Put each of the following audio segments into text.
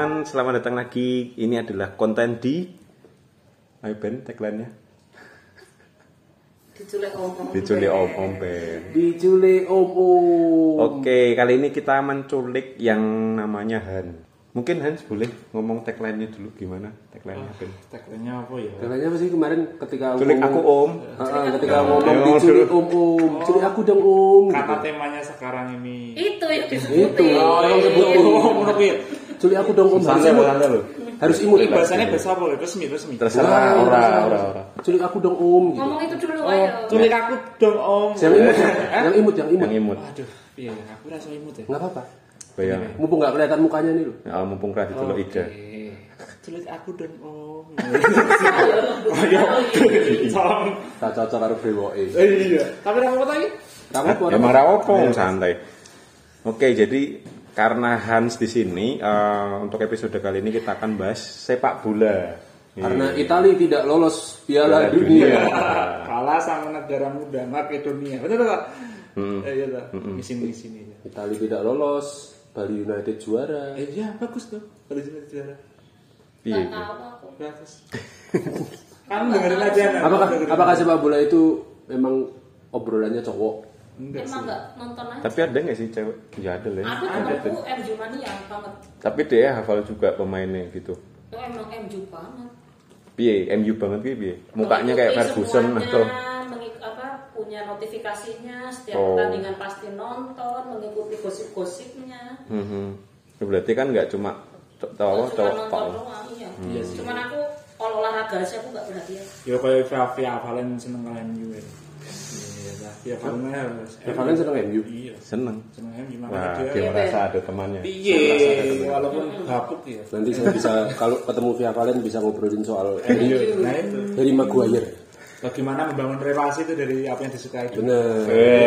teman-teman, selamat datang lagi. Ini adalah konten di ayo Ben, tagline-nya. Diculik om-om. Diculik om-om Ben. Diculik om-om. Oke, kali ini kita menculik yang namanya Han. Mungkin Hans boleh ngomong tagline-nya dulu gimana? Tagline-nya Ben. Tagline-nya apa ya? Tagline-nya apa sih kemarin ketika Culik aku om. ketika ngomong diculik om-om. Culik aku dong om. Karena temanya sekarang ini Itu yang Itu. disebutin. Tolong sebutin. Culik aku dong om. Harus imut. Ini bahasanya bahasa apa? Resmi. Terserah, ora. Culik aku dong om. Ngomong itu dulu ayo. Culik aku dong om. Yang imut. Yang imut. Aduh, iya aku rasa imut ya. Enggak apa-apa. Bayang. Mumpung enggak kelihatan mukanya nih loh. Ya, mumpung ra ditelok Ida. Culik aku dong om. Ayo. Tolong. Tak cocok karo brewoke. Iya. Tapi apa tadi? Kamu Emang ra opo santai. Oke, jadi karena Hans di sini untuk episode kali ini kita akan bahas sepak bola. karena Italia tidak lolos Piala Dunia. Kalah sama negara muda Makedonia. Benar tak? Iya tak. Misi-misi ini. Italia tidak lolos. Bali United juara. Iya bagus tuh. Bali United juara. Iya. Nggak tahu aku. Bagus. Kamu dengerin aja. Apakah sepak bola itu memang obrolannya cowok? Enggak sih. Emang nggak nonton aja. Tapi ada nggak sih cewek? Ya ada lah. Ada temanku MU mania banget. Tapi dia hafal juga pemainnya gitu. Itu emang MU banget. Piye, MU banget piye? Mukanya kayak Ferguson atau punya notifikasinya setiap Oh. pertandingan pasti nonton, mengikuti gosip-gosipnya. Berarti kan nggak cuma Cuma cowok nonton tok. doang, iya. Cuman aku kalau olahraga sih aku nggak perhatian. Ya kayak Via Valen seneng kalian MU ya. Iya lah. Via Valen harus. Kalian seneng MU? Iya. Seneng. Seneng MU Wah, makanya dia dia. merasa ada temannya. Iya, walaupun gabuk ya. Nanti saya bisa kalau ketemu via kalian bisa ngobrolin soal MU. Nah itu. dari Maguire. Bagaimana membangun relasi itu dari apa yang disukai. Bener.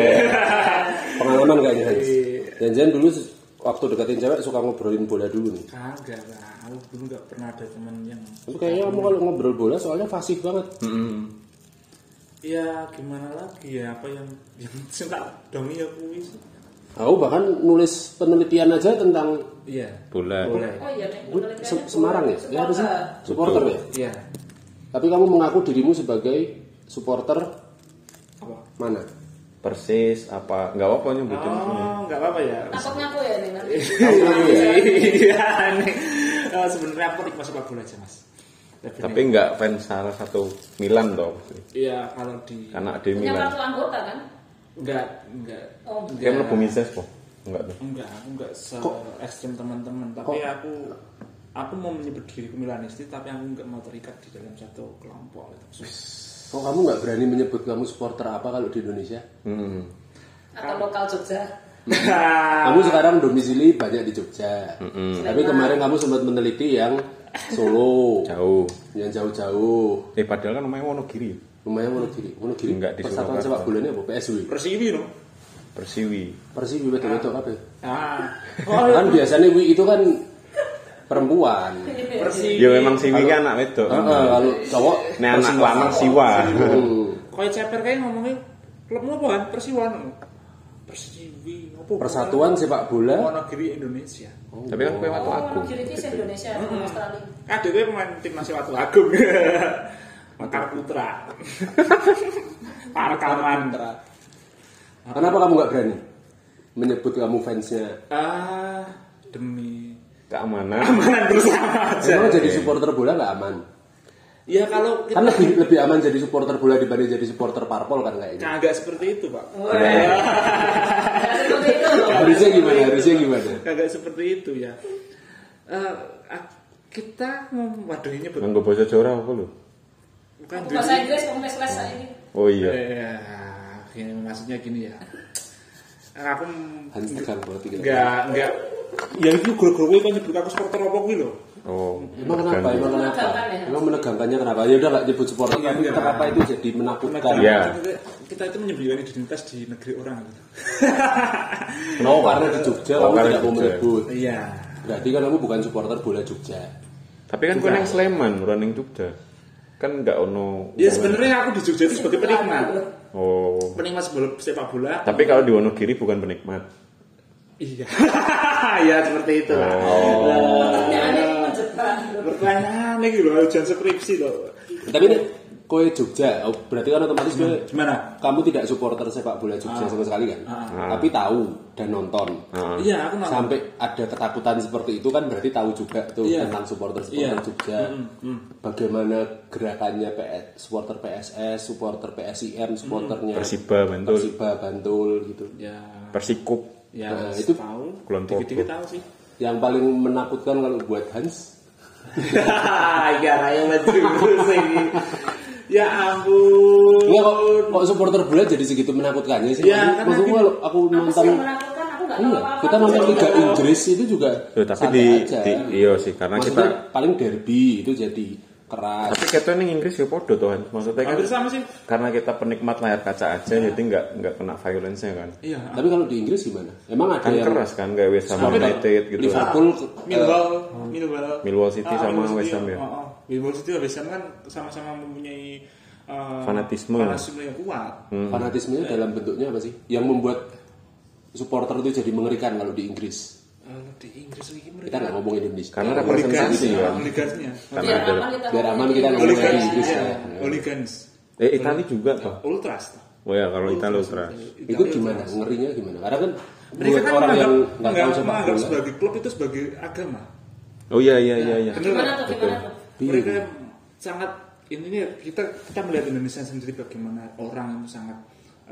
Pengalaman kayaknya Hans. Jangan dulu waktu deketin cewek suka ngobrolin bola dulu nih. Kagak lah. Aku dulu nggak pernah ada teman yang. Tapi kayaknya kamu kalau ngobrol bola soalnya fasih banget. Ya gimana lagi ya apa yang suka dong ya kuis. Aku bahkan nulis penelitian aja tentang Iya. Bola. Boleh. Oh iya, Nek. Semarang ya? Ya apa sih? Supporter ya? Iya. Tapi kamu mengaku dirimu sebagai supporter Apa? mana? Persis apa? Nggak apa-apa nyebutin sini. Oh, nggak apa-apa ya. Takut ngaku ya nih nanti. Iya nih. Sebenarnya aku penikmat sepak bola aja mas. Tapi nggak fans salah satu Milan toh. Iya kalau di. Karena di Punya Milan. kartu anggota kan? Enggak. Oh, Dia mlebu Mises kok. Enggak tuh. Aku enggak se ekstrem teman-teman. Tapi aku mau menyebut diriku Milanisti, tapi aku enggak mau terikat di dalam satu kelompok. Kok kamu nggak berani menyebut kamu supporter apa kalau di Indonesia? atau lokal Jogja. Kamu sekarang domisili banyak di Jogja. Tapi kemarin kamu sempat meneliti yang Solo, Jauh. yang jauh-jauh. Padahal kan namanya Wonogiri. Lumayan Wonogiri. Wonogiri. Enggak di Persatuan Surakarta. sepak bola ini apa? PSW. Persiwi no. Persiwi. Persiwi betul-betul apa? Oh, Kan biasanya Wi itu kan perempuan. Persiwi. Ya memang Siwi kan anak wedok. Kalau cowok Nek anak lanang Siwa. Kayak ceper kayak ngomongnya klubmu apa kan? Persiwan. Persiwi. Apa? Persatuan sepak bola. Wonogiri Indonesia. Tapi kan kowe watu agung. Kiri itu Indonesia, Australia. Ada gue pemain timnas Watu Agung. Mekar Putra. Parkaman. Kenapa kamu nggak berani menyebut kamu fansnya? Demi Keamanan. amanan bersama aja. Emang jadi supporter bola nggak aman? Ya kalau Kan lebih aman jadi supporter bola dibanding jadi supporter parpol kan kayaknya. kagak seperti itu, Pak. Seperti itu. Harusnya gimana? Kagak seperti itu ya. Kita mau waduh ini betul. Nganggo bahasa Jawa apa lu? Bukan Bahasa Inggris kamu les ini. Oh iya. Ini maksudnya gini ya. Aku Hans tegang banget ini. enggak. Ya itu guru-guru kan nyebut aku supporter apa kuwi lho. Oh. Emang kenapa? Menegangkan ya? Emang menegangkannya kenapa? Ya udah nggak nyebut supporter, tapi kenapa itu jadi menakutkan? Iya. Kita itu menyembunyikan identitas di negeri orang gitu. No, karena di Jogja kamu karena tidak di mau Jogja. menyebut. Iya. Berarti kan kamu bukan supporter bola Jogja. Tapi kan kowe nang Sleman, ora ning Jogja. Kan enggak ono. Ya sebenarnya aku di Jogja itu sebagai penikmat. Oh. Penikmat sepak bola. Tapi kalau di Wonogiri bukan penikmat. Iya. Ya seperti itu lah. Oh. Pertanyaannya Pertanyaan iki lho ujian skripsi lho. Tapi nek kowe Jogja, berarti kan otomatis kowe Gimana? kamu tidak supporter sepak bola Jogja sama sekali kan? Tapi tahu dan nonton. Iya, aku nonton. Sampai ada ketakutan seperti itu kan berarti tahu juga tuh Iya. tentang supporter Iya. Jogja. Bagaimana gerakannya supporter PSS, supporter PSIM, supporternya Persiba Bantul. Persiba Bantul gitu. Ya, Persikup. ya Nah, itu itu tahu. Kulon Progo. Dikit-dikit tahu sih. Yang paling menakutkan kalau buat Hans. Iya, raya maju sih. Ya ampun. Enggak kok supporter bola jadi segitu menakutkannya sih. Iya, karena Maksudnya gini- aku Apa sih nonton yang menakutkan? Aku nggak tahu Iya, apa-apa. kita nonton Liga Inggris itu juga Tuh, tapi santai aja. iya sih karena Maksudnya kita paling derby itu jadi keras. tapi kita ning Inggris ya podo tuh kan. Maksudnya kan Hampir sama sih. karena kita penikmat layar kaca aja jadi nggak kena violence-nya kan. Iya. Tapi kalau di Inggris gimana? Emang ada Kan yang keras kan kayak West Ham Sampai United gitu. Liverpool Millwall City sama West Ham ya. Millwall City sama West Ham kan sama-sama mempunyai Fanatisme. yang kuat. fanatismenya dalam bentuknya apa sih? Yang membuat supporter itu jadi mengerikan kalau di Inggris. Kalau di Inggris lagi Kita mereka nggak ngomong Indonesia. Karena representasi kan. Hooligans-nya. Karena ada Biar aman kita ngomong di Hooligans, Inggris ya. ya. Hooligans. Italia juga toh. Ultras. Oh ya kalau Italia ultra. Itu gimana? Ngerinya gimana? Karena kan Mereka buat kan orang yang nggak menganggap tahu sepak menganggap bola. sebagai klub itu sebagai agama. Oh iya iya. Gimana tuh? Gimana tuh? Mereka sangat ini nih kita melihat Indonesia sendiri bagaimana orang itu sangat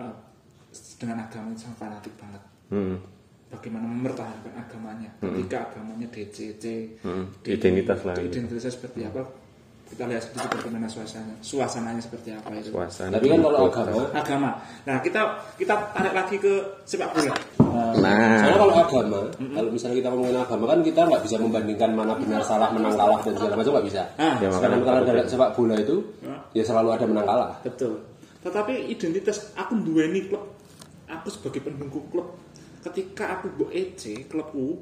dengan agama itu sangat fanatik banget. Bagaimana mempertahankan agamanya ketika agamanya DCC Identitas lah. identitasnya seperti apa kita lihat sendiri bagaimana suasananya seperti apa itu Suasana. Tapi kan kalau kota. agama, nah kita tarik lagi ke sepak bola. Nah, soalnya kalau agama, kalau misalnya kita ngomongin agama kan kita nggak bisa membandingkan mana benar salah menang kalah dan segala macam nggak bisa. Ya, Sedangkan makanya kalau takut dalam sepak bola itu ya selalu ada menang kalah. Betul. Tetapi identitas aku duweni klub, aku sebagai pendukung klub, ketika aku mbok EC klubku,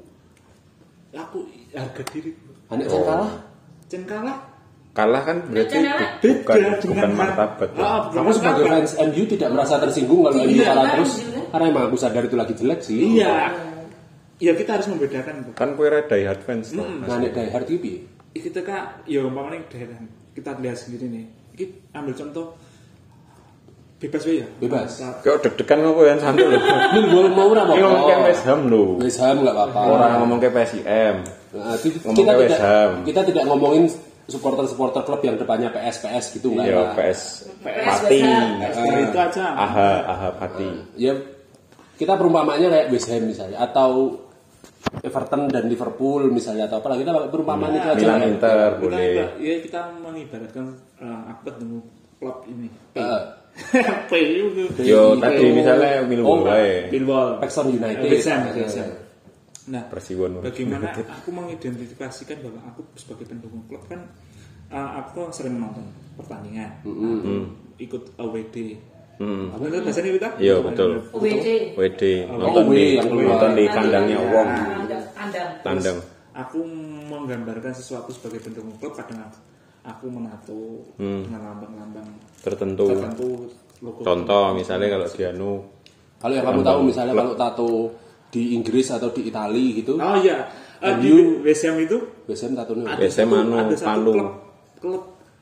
aku harga diri. Anak jangan kalah. Jangan kalah. kalah kan berarti bukan martabat. Kamu sebagai fans MU tidak merasa tersinggung kalau MU Iya, kalah kan, terus? iya. Karena emang aku sadar itu lagi jelek sih. Iya. Ya kita harus membedakan. Kan kue die hard fans toh. Nah, nek die hard itu piye? Kita kan, ya umpamanya daerah kita lihat sendiri nih. Kita ambil contoh bebas ya. Bebas. Kok deg-degan ngopo ya santai lho. Minggu mau ora Ini ngomong kayak apa-apa. West Ham lho. West Ham enggak apa-apa. Orang ngomong kayak PSIM. Nah, Ngomong ke West Ham. kita tidak ngomongin supporter klub yang depannya PS gitu enggak Iya, lah. PS PS Pati. West Ham. Itu aja. Aha Pati. Ya kita perumpamaannya kayak West Ham misalnya atau Everton dan Liverpool misalnya atau apa kita pakai perumpamaan itu aja. Milan Inter boleh. Ya kita mengibaratkan aku ketemu klub ini. P. Yo tadi misalnya Millwall wae. Millwall. Paxton United. West Ham. Nah, Persiwon. bagaimana aku mengidentifikasikan bahwa aku sebagai pendukung klub kan aku sering menonton pertandingan, ikut AWD. Apa itu bahasanya kita? Iya betul. UWD. WD nonton yang keluar. di kandangnya Wong. Tandang. Aku menggambarkan sesuatu sebagai pendukung klub, kadang aku menato dengan lambang-lambang Tertentu. logo. Contoh misalnya kalau Dianu Kalau yang kamu tahu misalnya kalau tato di Inggris atau di Italia gitu, Oh iya, di West Ham itu West Ham tatonya ada West Ham satu- anu, ada satu Palu. klub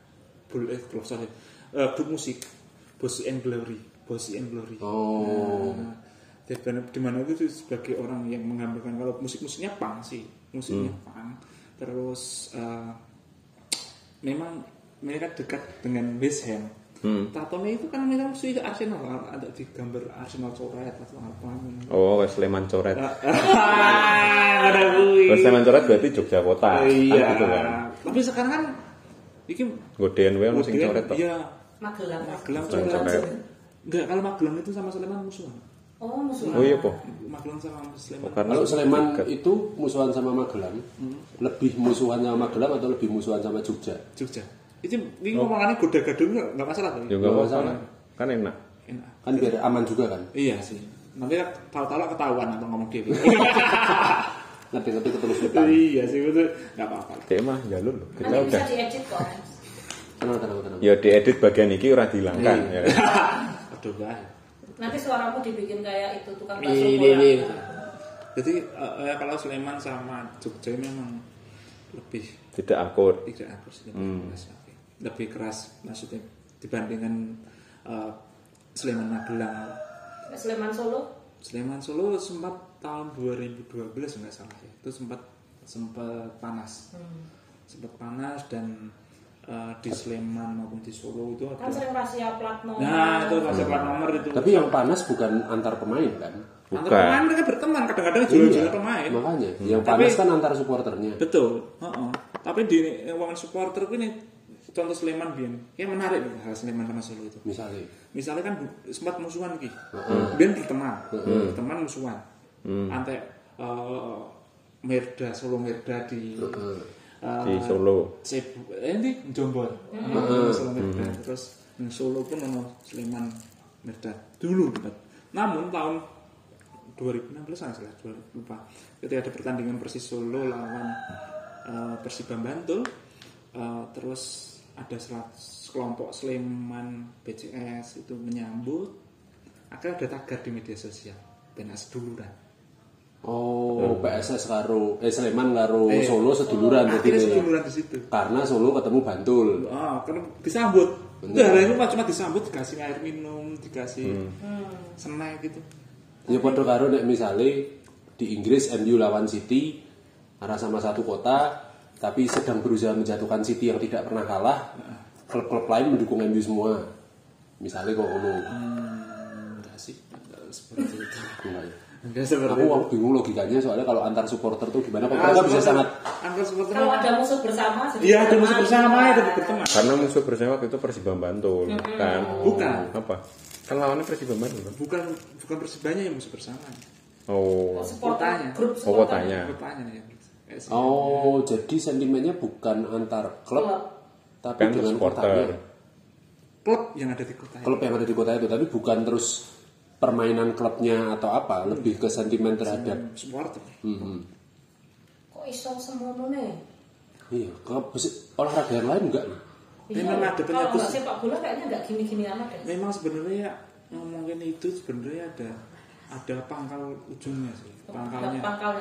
grup musik Bossy and Glory. Oh. Nah, di mana itu sebagai orang yang mengambilkan kalau musiknya punk sih, musiknya punk. Terus memang mereka dekat dengan West Ham. Tatonya itu kan mereka musuh Arsenal, ada di gambar Arsenal coret atau apa. Oh Wes Sleman Coret. Ada gue. Wes Sleman Coret berarti Jogja kota. Iya. Kan gitu kan. Tapi sekarang kan iki Godean wae ono sing coret toh. Iya, Magelang. Magelang Coret. coret. Enggak, kalau Magelang itu sama Sleman musuhan. Oh, musuh. Oh iya po. Magelang sama Sleman. Karena Kalau Sleman itu musuhan sama Magelang, lebih musuhan sama Magelang atau lebih musuhan sama Jogja? Jogja. Ini ngomongannya goda-gado enggak masalah tuh. juga Nggak masalah. masalah. Kan enak. Enak. Kan biar aman juga kan? Iya sih. Nanti tahu-tahu ketahuan atau ngomong dewi. Ngerti-ngerti ketulus hutan. Iya sih itu enggak apa-apa. Dek mah jalur loh. Kita Nanti bisa udah. diedit kok. Tenang. Ya diedit bagian iki ora dihilangkan ya. Aduh, Mbak. Nanti suaramu dibikin kayak itu tukang bakso Ini. bola. Jadi kalau Sleman sama Jogja memang lebih Tidak akur. tidak akur sih, lebih keras maksudnya dibandingkan Sleman Magelang. Sleman Solo. Sleman Solo sempat tahun 2012 nggak salah ya, itu sempat panas, sempat panas dan di Sleman maupun di Solo itu Kan sering rahasia plat nomor. nah itu rahasia plat nomor itu. Tapi yang panas bukan antar pemain kan? antar Bukan. pemain mereka berteman, kadang-kadang jual-jual pemain. Makanya yang panas Tapi- kan antar supporternya. Betul. Tapi di uang supporter ini contoh Sleman Bian, kayak menarik nih hal Sleman sama Solo itu. Misalnya kan sempat musuhan ki, Bian berteman musuhan. Antek Merda Solo Merda di Solo. Ini Jombor, Solo Merda. Terus di Solo pun ono Sleman Merda dulu debat. Namun tahun 2016 salah, lupa. Ketika ada pertandingan Persis Solo lawan Persiba Bantul, terus ada kelompok Sleman BCS itu menyambut, akhirnya ada tagar di media sosial penas seduluran. PSS karo Sleman karo Solo seduluran Akhirnya jadi seduluran di situ. karena Solo ketemu Bantul. Karena disambut. Nah, itu cuma disambut, dikasih air minum, dikasih snack gitu. Ya padha karo nek misale di Inggris MU lawan City karena sama satu kota tapi sedang berusaha menjatuhkan City yang tidak pernah kalah, klub-klub lain mendukung MU semua. Misalnya kok ngono. Enggak sih, enggak seperti itu. Enggak ya? Enggak seperti Aku itu. bingung logikanya soalnya kalau antar supporter tuh gimana kok Ah, mereka bisa supporter- sangat antar supporter. Kalau ada musuh bersama. jadi Iya, ada musuh berteman. bersama ya, tetap berteman. Karena musuh bersama waktu itu Persiba Bantul, kan? Bukan. Apa? Kan lawannya Persiba Bantul kan? Bukan persibanya yang musuh bersama. Oh. Supporter, Kotanya. grup Oh, supporter. kotanya. Kotanya ya. jadi sentimennya bukan antar klub Klub. tapi Kan dengan supporter. kotanya. Klub yang ada di kota. Klub yang ada di kota itu tapi bukan terus permainan klubnya atau apa, lebih ke sentimen terhadap supporter. Kok iso semono nih? iya, olahraga yang lain enggak nih. Memang ada Kalau nggak penyebab. sepak bola kayaknya nggak gini-gini amat deh. Memang sebenarnya ngomongin itu sebenarnya ada pangkal ujungnya sih. Pangkalnya.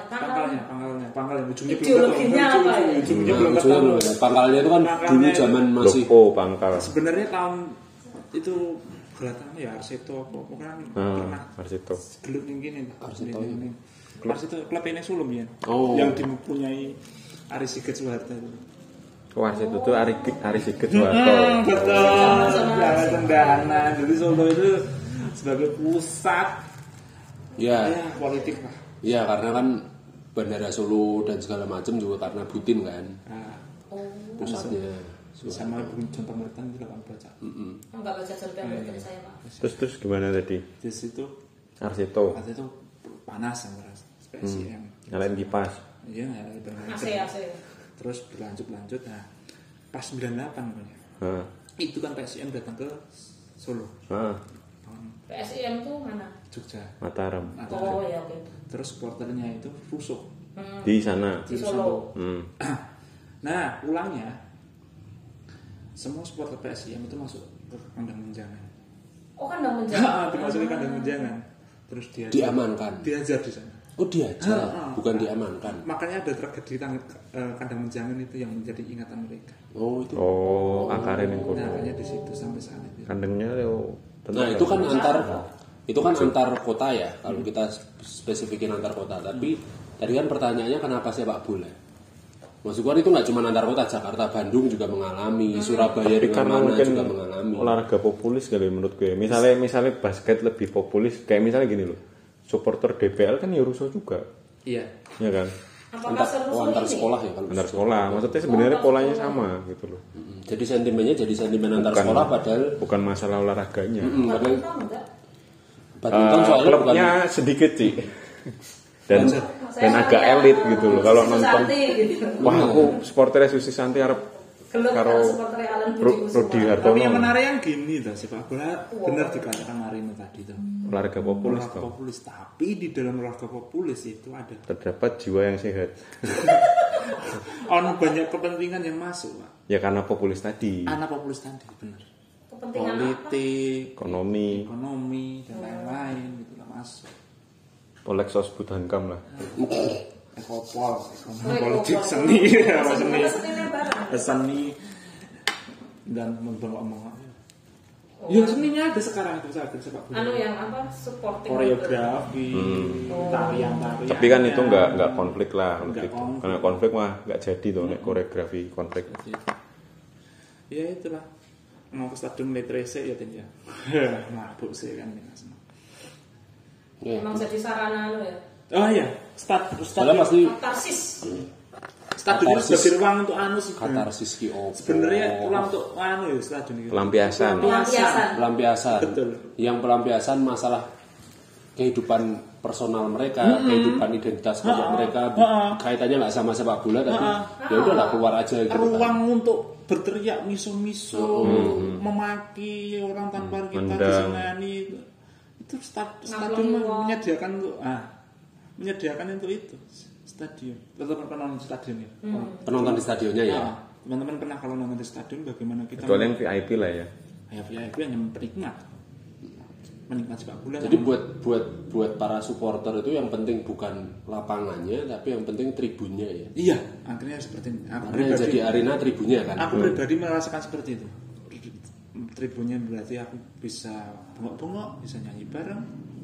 Ujungnya Ideologinya apa ya? Ujungnya Nah, belum ujungnya ketahuan. belum ada. Pangkalnya itu kan Pangkalnya dulu itu- zaman masih Loh, pangkal. Sebenarnya tahun itu Beratama ya Arseto apa kan pernah Arsito. gelut yang gini. Arseto, Ini. Arseto klub ini Sulum ya. Oh. Yang dipunyai Aris Sigit Soeharto itu. Oh, Arsito itu Ari Sigit Soeharto. Betul. Jangan tendangan. Jadi Solo itu sebagai pusat ya politik lah. iya karena kan Bandara Solo dan segala macam juga karena Butin kan Nah, pusatnya. sama contoh Mertan itu kan baca. Nggak baca cerpen dari saya pak. Terus gimana tadi? Di situ Arsito. waktu itu panas sama SPSM. Nyalain kipas. Iya, AC. terus berlanjut. Nah, pas 98 namanya. Hah. Itu kan PSM datang ke Solo, Hah. PSIM tuh mana? Jogja. Mataram. Oh ya oke. Terus supporternya itu rusuk Di sana. Di Solo. Nah, pulangnya semua supporter PSIM itu masuk ke kandang menjangan. Oh kan nggak menjawab. Dimasukin kandang menjangan. Terus dia Diamankan. diajar di sana. Oh diajar, bukan diamankan. Makanya ada tragedi kandang menjangan itu yang menjadi ingatan mereka. Oh itu. Oh, akarin yang kuno. Nah, makanya di situ sampai sana. Kandangnya yo. Nah itu kan antar kota ya. Kalau kita spesifikin antar kota. Tapi tadi kan pertanyaannya kenapa sepak bola? Maksudku kan itu nggak cuma antar kota, Jakarta, Bandung juga mengalami, Surabaya Tapi dengan karena mana mungkin juga mengalami. olahraga populis kali menurut gue. Misalnya basket lebih populis, kayak misalnya gini loh. Supporter DPL kan ya rusuh juga, Iya. ya kan? Apakah seru Antar ini? sekolah ya kalau. Antar sekolah, maksudnya sebenarnya polanya sama gitu loh. Jadi sentimennya jadi sentimen antar sekolah padahal Bukan masalah olahraganya. padahal Badminton enggak? badminton soalnya bukan Klubnya sedikit sih. Dan agak elit gitu loh kalau nonton. Susanti gitu. Wah, aku supporternya Susi Santi arep Gelut karo karo supporter Alan Budi Rudi Kusuma. Hartono. Tapi yang menarik yang gini tuh sepak bola benar dikatakan Marino tadi tuh. Olahraga populis Olahraga toh. populis, tapi di dalam olahraga populis itu ada Terdapat jiwa yang sehat. banyak kepentingan yang masuk, Pak. Ya karena populis tadi, Anak populis tadi benar. Kepentingan apa? Politik, ekonomi, dan lain-lain gitu lah masuk. Oleh sos Budhankam lah. Ekopol, ekonomi politik seni, seni dan membawa ya seninya ada sekarang itu saat sepak bola. Anu yang apa supporting koreografi, tarian. Tapi kan itu nggak konflik lah, Nggak gitu. konflik. Karena konflik mah nggak jadi tuh, nek koreografi konflik. Ya itulah. Mau ke stadion Letrese ya tenja. Mabuk sih kan Mas. Emang jadi sarana anu ya. Oh iya, Padahal stadion pasti Katarsis. stadion itu Katarsis. sebagai ruang untuk anu sih. katarsis ki opo. Sebenarnya ruang untuk anu ya stadion itu. Pelampiasan. Pelampiasan. Betul. Yang pelampiasan masalah kehidupan personal mereka, kehidupan identitas kelompok mereka, kaitannya nggak sama sepak bola, tapi ya udah lah keluar aja gitu. Ruang untuk berteriak miso-miso, memaki orang tanpa kita Mendang. disengani itu stadion menyediakan untuk menyediakan untuk itu stadion. Teman-teman pernah nonton stadion ya? Penonton di stadionnya ya. Teman-teman pernah kalau nonton di stadion bagaimana kita Kecuali yang VIP lah ya. VIP hanya menikmati sepak bola. Jadi buat para supporter itu yang penting bukan lapangannya, tapi yang penting tribunnya ya. Iya, akhirnya seperti ini. Aku Karena yang jadi arena tribunnya kan. Aku pribadi merasakan seperti itu. Tribunnya berarti aku bisa bengok-bengok, bisa nyanyi bareng,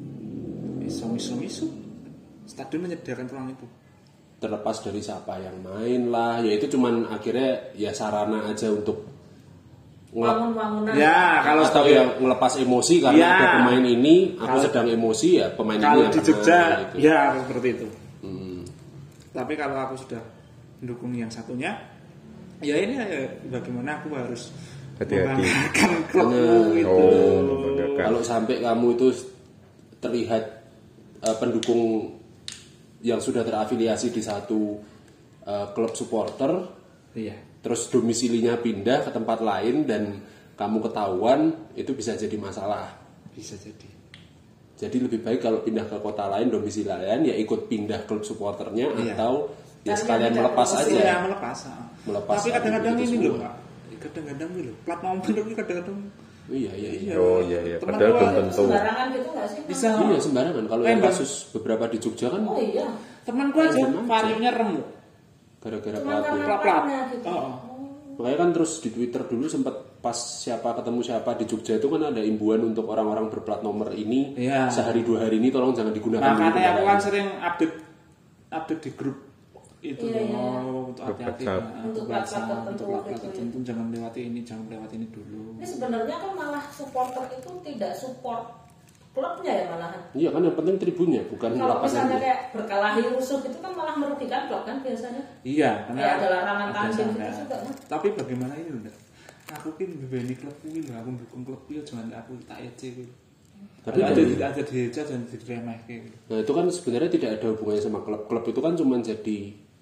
bisa misu-misu. Stadion menyediakan ruang itu. Terlepas dari siapa yang main lah, ya itu cuman akhirnya ya sarana aja untuk Bangun-bangunan. Ya, kalau atau yang ngelepas emosi karena Ya. ada pemain ini, aku Kalau- sedang emosi ya pemain ini kalau yang di kena, Jogja, gitu. ya seperti itu. Hmm. Tapi kalau aku sudah mendukung yang satunya, ya ini ya bagaimana aku harus Hati-hati. membanggakan klubku Bener. itu. membanggakan. Kalau sampai kamu itu terlihat pendukung yang sudah terafiliasi di satu klub supporter, Iya. terus domisilinya pindah ke tempat lain dan kamu ketahuan, itu bisa jadi masalah. Bisa jadi. Jadi lebih baik kalau pindah ke kota lain, domisili lain, ya ikut pindah klub supporternya Iya. atau ya Cari sekalian yang melepas tidak aja. Iya, melepas. Melepas Tapi kadang-kadang itu ini semua. loh, Pak. Kadang-kadang ini loh, plat nomor ini kadang-kadang Iya, iya, iya. Oh iya. Teman Padahal gua belum tentu. Sembarangan gitu nggak sih? bisa. Iya sembarangan. Kalau yang Emang. kasus beberapa di Jogja kan Oh iya. Temanku aja varionya remuk. gara-gara Cuma pelatih. karena Plat. platnya gitu. Oh. Makanya kan terus di Twitter dulu sempat pas siapa ketemu siapa di Jogja itu kan ada imbuan untuk orang-orang berplat nomor ini Iya. sehari 2 hari ini tolong jangan digunakan. dulu Makanya aku kan kendaraan. sering update di grup itu Iya, iya. untuk hati-hati WhatsApp. Untuk WhatsApp, plat-plat tertentu untuk plat-plat gitu ya. tertentu jangan lewati ini, jangan lewati ini dulu. Ini sebenarnya kan malah supporter itu tidak support klubnya ya malahan. Iya kan yang penting tribunnya bukan Kalau misalnya lapangannya. kayak berkelahi rusuh itu kan malah merugikan klub kan biasanya. Iya, karena Kayak ada larangan ada tanding sampai- gitu juga kan. Tapi bagaimana ini Bunda? Aku kan bebeni klub ini lho, aku dukung klub ini jangan aku tak ece gitu. Tapi ada dari- ada dihujat dan diremeh gitu. Nah itu kan sebenarnya tidak ada hubungannya sama klub. Klub itu kan cuma jadi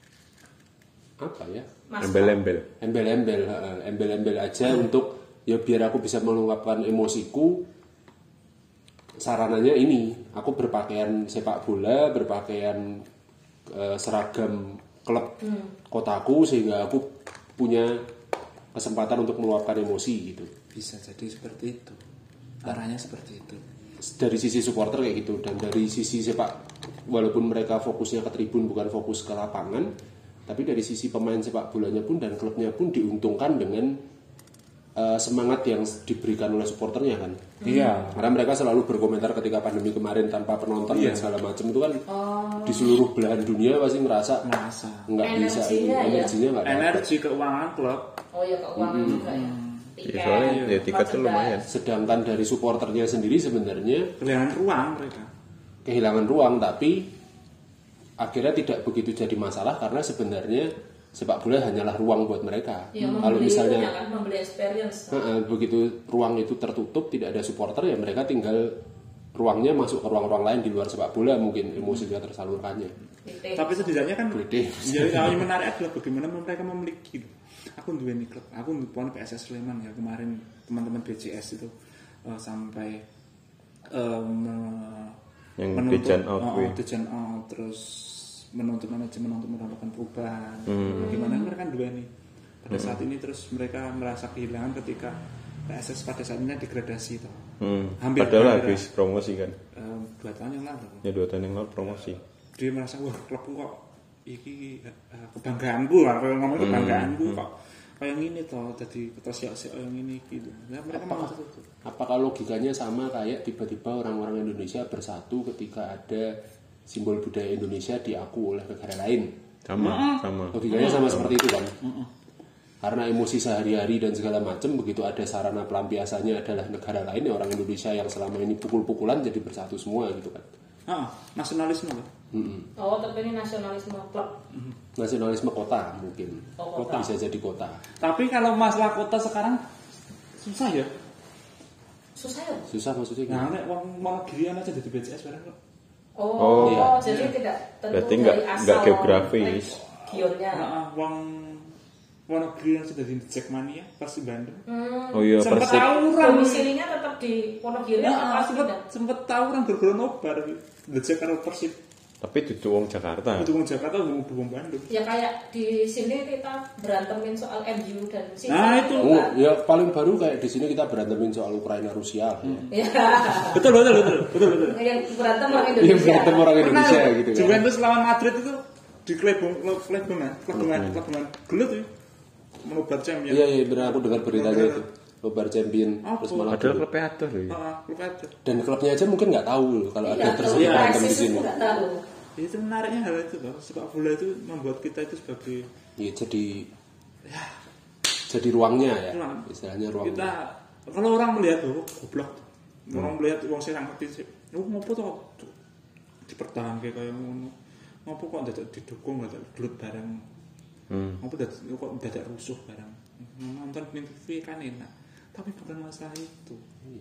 apa ya? Mas, Embel-embel. Embel-embel aja untuk ya biar aku bisa mengungkapkan emosiku. Sarananya ini, aku berpakaian sepak bola, berpakaian seragam klub kotaku sehingga aku punya kesempatan untuk meluapkan emosi gitu. Bisa jadi seperti itu. Arahnya seperti itu. Dari sisi supporter kayak gitu dan dari sisi sepak walaupun mereka fokusnya ke tribun bukan fokus ke lapangan, tapi dari sisi pemain sepak bolanya pun dan klubnya pun diuntungkan dengan semangat yang diberikan oleh supporternya kan. Iya. Karena mereka selalu berkomentar ketika pandemi kemarin tanpa penonton dan segala macam itu kan di seluruh belahan dunia pasti ngerasa Merasa nggak bisa ini Energinya ya. energinya nggak dapat. energi keuangan klub. Oh ya keuangan juga ya. Ya, soalnya ya, tiket tuh lumayan. Sedangkan dari supporternya sendiri sebenarnya Kehilangan ruang mereka. kehilangan ruang tapi akhirnya tidak begitu jadi masalah karena sebenarnya sepak bola hanyalah ruang buat mereka. Ya, Kalau membeli misalnya itunya kan, membeli experience. begitu ruang itu tertutup tidak ada supporter ya mereka tinggal ruangnya masuk ke ruang-ruang lain di luar sepak bola mungkin emosinya tersalurkannya. Titik. Tapi setidaknya kan Gede. yang menarik adalah bagaimana mereka memiliki. Aku duweni klub, aku punya PSS Sleman ya kemarin teman-teman BCS itu sampai Yang di-jan out, weh. di-jan out, terus menuntut manajemen untuk melakukan perubahan. Bagaimana mereka duweni pada saat ini terus mereka merasa kehilangan ketika PSS pada saat ini degradasi toh. Hampir Padahal hampir, habis promosi kan. 2 tahun yang lalu. Ya 2 tahun yang lalu promosi. Dia merasa wah klubku kok iki kebanggaanku lah, kalau ngomong kebanggaanku kok kayak gini toh, jadi ketos yang ini gitu. Ya, mereka mau itu. Apakah logikanya sama kayak tiba-tiba orang-orang Indonesia bersatu ketika ada simbol budaya Indonesia diaku oleh negara lain? Sama. Logikanya sama seperti itu kan? Karena emosi sehari-hari dan segala macam, begitu ada sarana pelampiasannya adalah negara lain, ya orang Indonesia yang selama ini pukul-pukulan jadi bersatu semua gitu kan? Nasionalisme kan? Oh, tapi ini nasionalisme klub. Nasionalisme kota mungkin. Kota. Bisa jadi kota. Tapi kalau masalah kota sekarang susah ya. Susah ya? Susah maksudnya gitu. Nah, nek wong Monogirian aja jadi BCS bareng kok. Oh, iya. jadi tidak tentu Berarti dari nggak asal geografis. regionnya. Wong Monogirian sudah di Jackmania, Persib Bandung. Oh iya, Sempet Persib. tahu orang. Domisilinya tetap di Wonogiri Nah, apa sempet tahu orang gara-gara nobar The Jack karo Persib. Tapi itu wong Jakarta. Dukung Jakarta dukung Bandung. Ya kayak di sini kita berantemin soal MU dan City. Nah, itu. Oh, ya paling baru kayak di sini kita berantemin soal Ukraina Rusia. Ya. Betul. Yang berantem orang Yang Indonesia. berantem orang Indonesia gitu kan. Juventus lawan Madrid itu di klebongan gelut tuh. Menobat champion. Iya, benar aku dengar beritanya itu. Nobar champion terus malah Padahal dulu. klubnya ada loh ya. Klub aja. Dan klubnya aja mungkin nggak tahu loh kalau ada Iya, tersebut iya, berantem di Alexis sini. itu nggak tahu. Itu menariknya hal itu loh. Sepak bola itu membuat kita itu sebagai Iya, jadi ruangnya ya. Ruang. Istilahnya ruangnya. kita kalau orang melihat tuh goblok. Orang melihat uang sing ngerti sih. Ngopo to dipertahanke kaya ngono. Ngopo kok dadak didukung dadak gelut bareng. Ngopo dadak rusuh bareng. Nonton di TV kan enak. Tapi bukan masalah itu.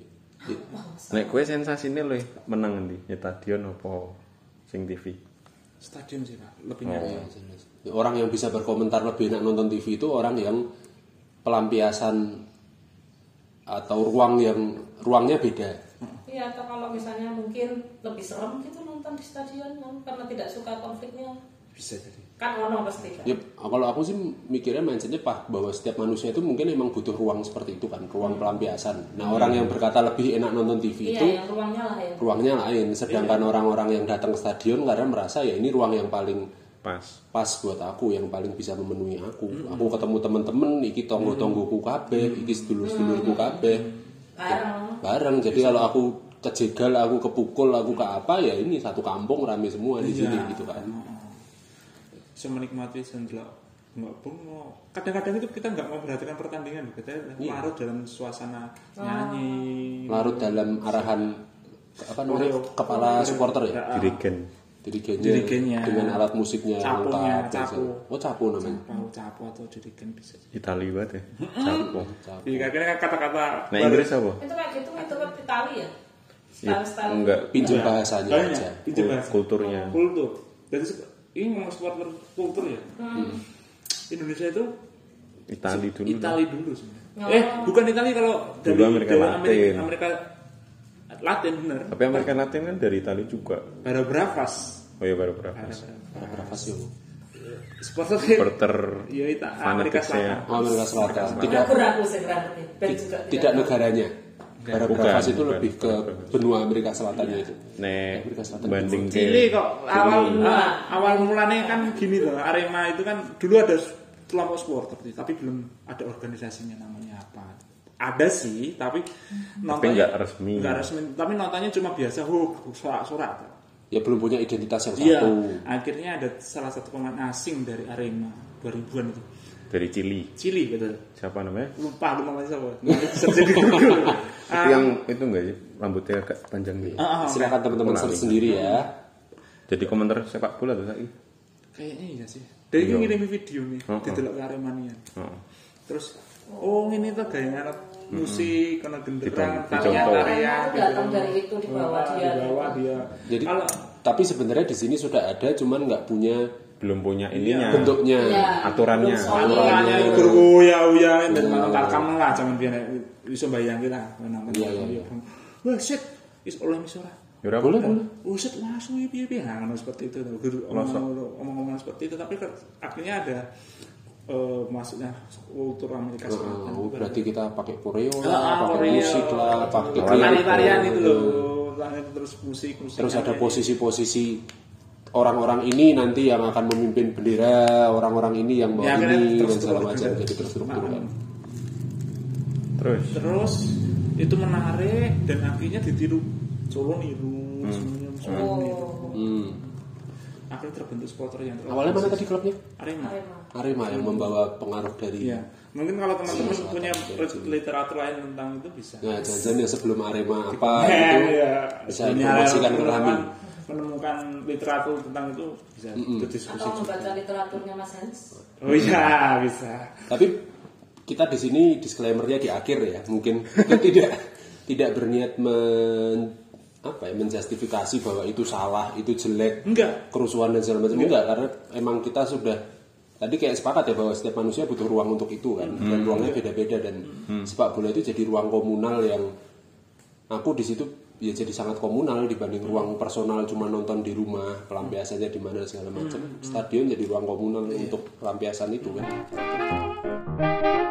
Nek kowe sensasine lho menang endi? Ya stadion apa sing TV? Stadion sih Pak, lebih nyaman. Orang yang bisa berkomentar lebih enak nonton TV itu orang yang pelampiasan atau ruangnya beda. Iya, atau kalau misalnya mungkin lebih serem gitu nonton di stadion karena tidak suka konfliknya. Bisa jadi. Kan ono pasti kan. Ya, kalau aku sih mikirnya mindsetnya bahwa setiap manusia itu mungkin emang butuh ruang seperti itu kan, ruang pelampiasan. Nah, orang yang berkata lebih enak nonton TV Iya, itu yang ruangnya lah ya. ruangnya lain. Sedangkan orang-orang yang datang ke stadion karena merasa ya ini ruang yang paling pas buat aku, yang paling bisa memenuhi aku. Aku ketemu teman-teman, iki tonggo-tonggoku kabeh, iki sedulur-sedulurku kabeh. Bareng. Jadi kalau aku kejegal, aku kepukul, aku ke apa ya ini satu kampung rame semua di sini gitu kan. Bisa menikmati sendela nggak bungo. Kadang-kadang itu kita nggak mau perhatikan pertandingan, kita larut dalam suasana nyanyi, Larut dalam arahan apa namanya kepala supporter ya, dirigennya dengan alat musiknya capunya, lengkap. capu. Oh, capu namanya. Capu atau dirigen bisa. Itali banget ya. Capo. Iya, kira kata-kata. Nah, Inggris apa? Itu kayak gitu itu kan Itali ya. Ya, Style-style. enggak Pinjam bahasanya aja. kulturnya. Kultur. Jadi ini ngomong supporter kultur ya. Indonesia itu Itali dulu. Itali dulu sebenarnya. Bukan Itali kalau dari Dulu Amerika Latin. Amerika Latin benar. Tapi Amerika Latin kan dari Itali juga. Bara Bravas. Oh iya baru berapa? Berapa sih? Supporter ya itu fanatiknya. Amerika Selatan. Amerika Selatan. Aku sih berarti. Ben juga Tidak negaranya. Bara Bravas itu bukan, lebih ke benua Amerika Selatan itu. Nek Amerika Selatan. banding ke Chili kok awal mulanya kan gini loh, Arema itu kan dulu ada kelompok supporter tapi belum ada organisasinya namanya apa. Ada sih, tapi nontonnya nggak resmi. Nggak resmi, tapi nontonnya cuma biasa, sorak-sorak. Ya belum punya identitas yang Iya, satu. akhirnya ada salah satu pemain asing dari Arema 2000-an itu. dari Chili betul. siapa namanya? Lupa namanya siapa. Bisa jadi Google. Itu yang itu enggak sih rambutnya agak panjang gitu. Silakan teman-teman search sendiri ya. Jadi komentar sepak bola tuh saya. Kayaknya iya sih. Dia ini ngirim video nih, didelok ke Aremania. Terus ini tuh gaya anak musik, kena genderang, tarian, itu datang dari itu di bawah dia. Jadi tapi sebenarnya di sini sudah ada, cuman nggak punya belum punya ininya bentuknya, aturannya bergoyah-goyah dan menentarkan lah zaman biar bisa bayangin lah nonton. Wah shit, is oleh misora. Ya boleh. Oh shit, langsung piye-piye nah seperti itu. Omong-omong seperti itu, tapi akhirnya ada maksudnya kultur Amerika Selatan. Berarti kita pakai koreo lah, pakai musik lah, pakai tarian itu loh. Terus musik. Terus ada posisi-posisi orang-orang ini nanti yang akan memimpin bendera, orang-orang ini yang bawa Ya, akhirnya ini dan terstruktur segala macam, juga. jadi terstruktur kan. Terus itu menarik dan akhirnya ditiru Solo niru semuanya niru. Akhirnya terbentuk supporter yang terlalu Awalnya mana tadi klubnya? Arema. Arema yang membawa pengaruh dari. Iya. Mungkin kalau teman-teman punya literatur lain tentang itu bisa. Nah, jangan-jangan yang sebelum Arema apa Iya, itu iya. bisa Punya informasikan ke kami. menemukan literatur tentang itu bisa berdiskusi Atau juga. membaca literaturnya Mas Hans. Oh iya bisa. Tapi kita di sini disclaimer-nya di akhir ya, mungkin itu tidak berniat menjustifikasi bahwa itu salah, itu jelek, Enggak. kerusuhan dan segala macam, enggak, karena emang kita sudah tadi kayak sepakat ya bahwa setiap manusia butuh ruang untuk itu kan, dan ruangnya beda-beda, dan sepak bola itu jadi ruang komunal yang aku di situ ya jadi sangat komunal dibanding ruang personal cuma nonton di rumah, pelampiasannya di mana segala macam. Stadion jadi ruang komunal untuk pelampiasan itu kan.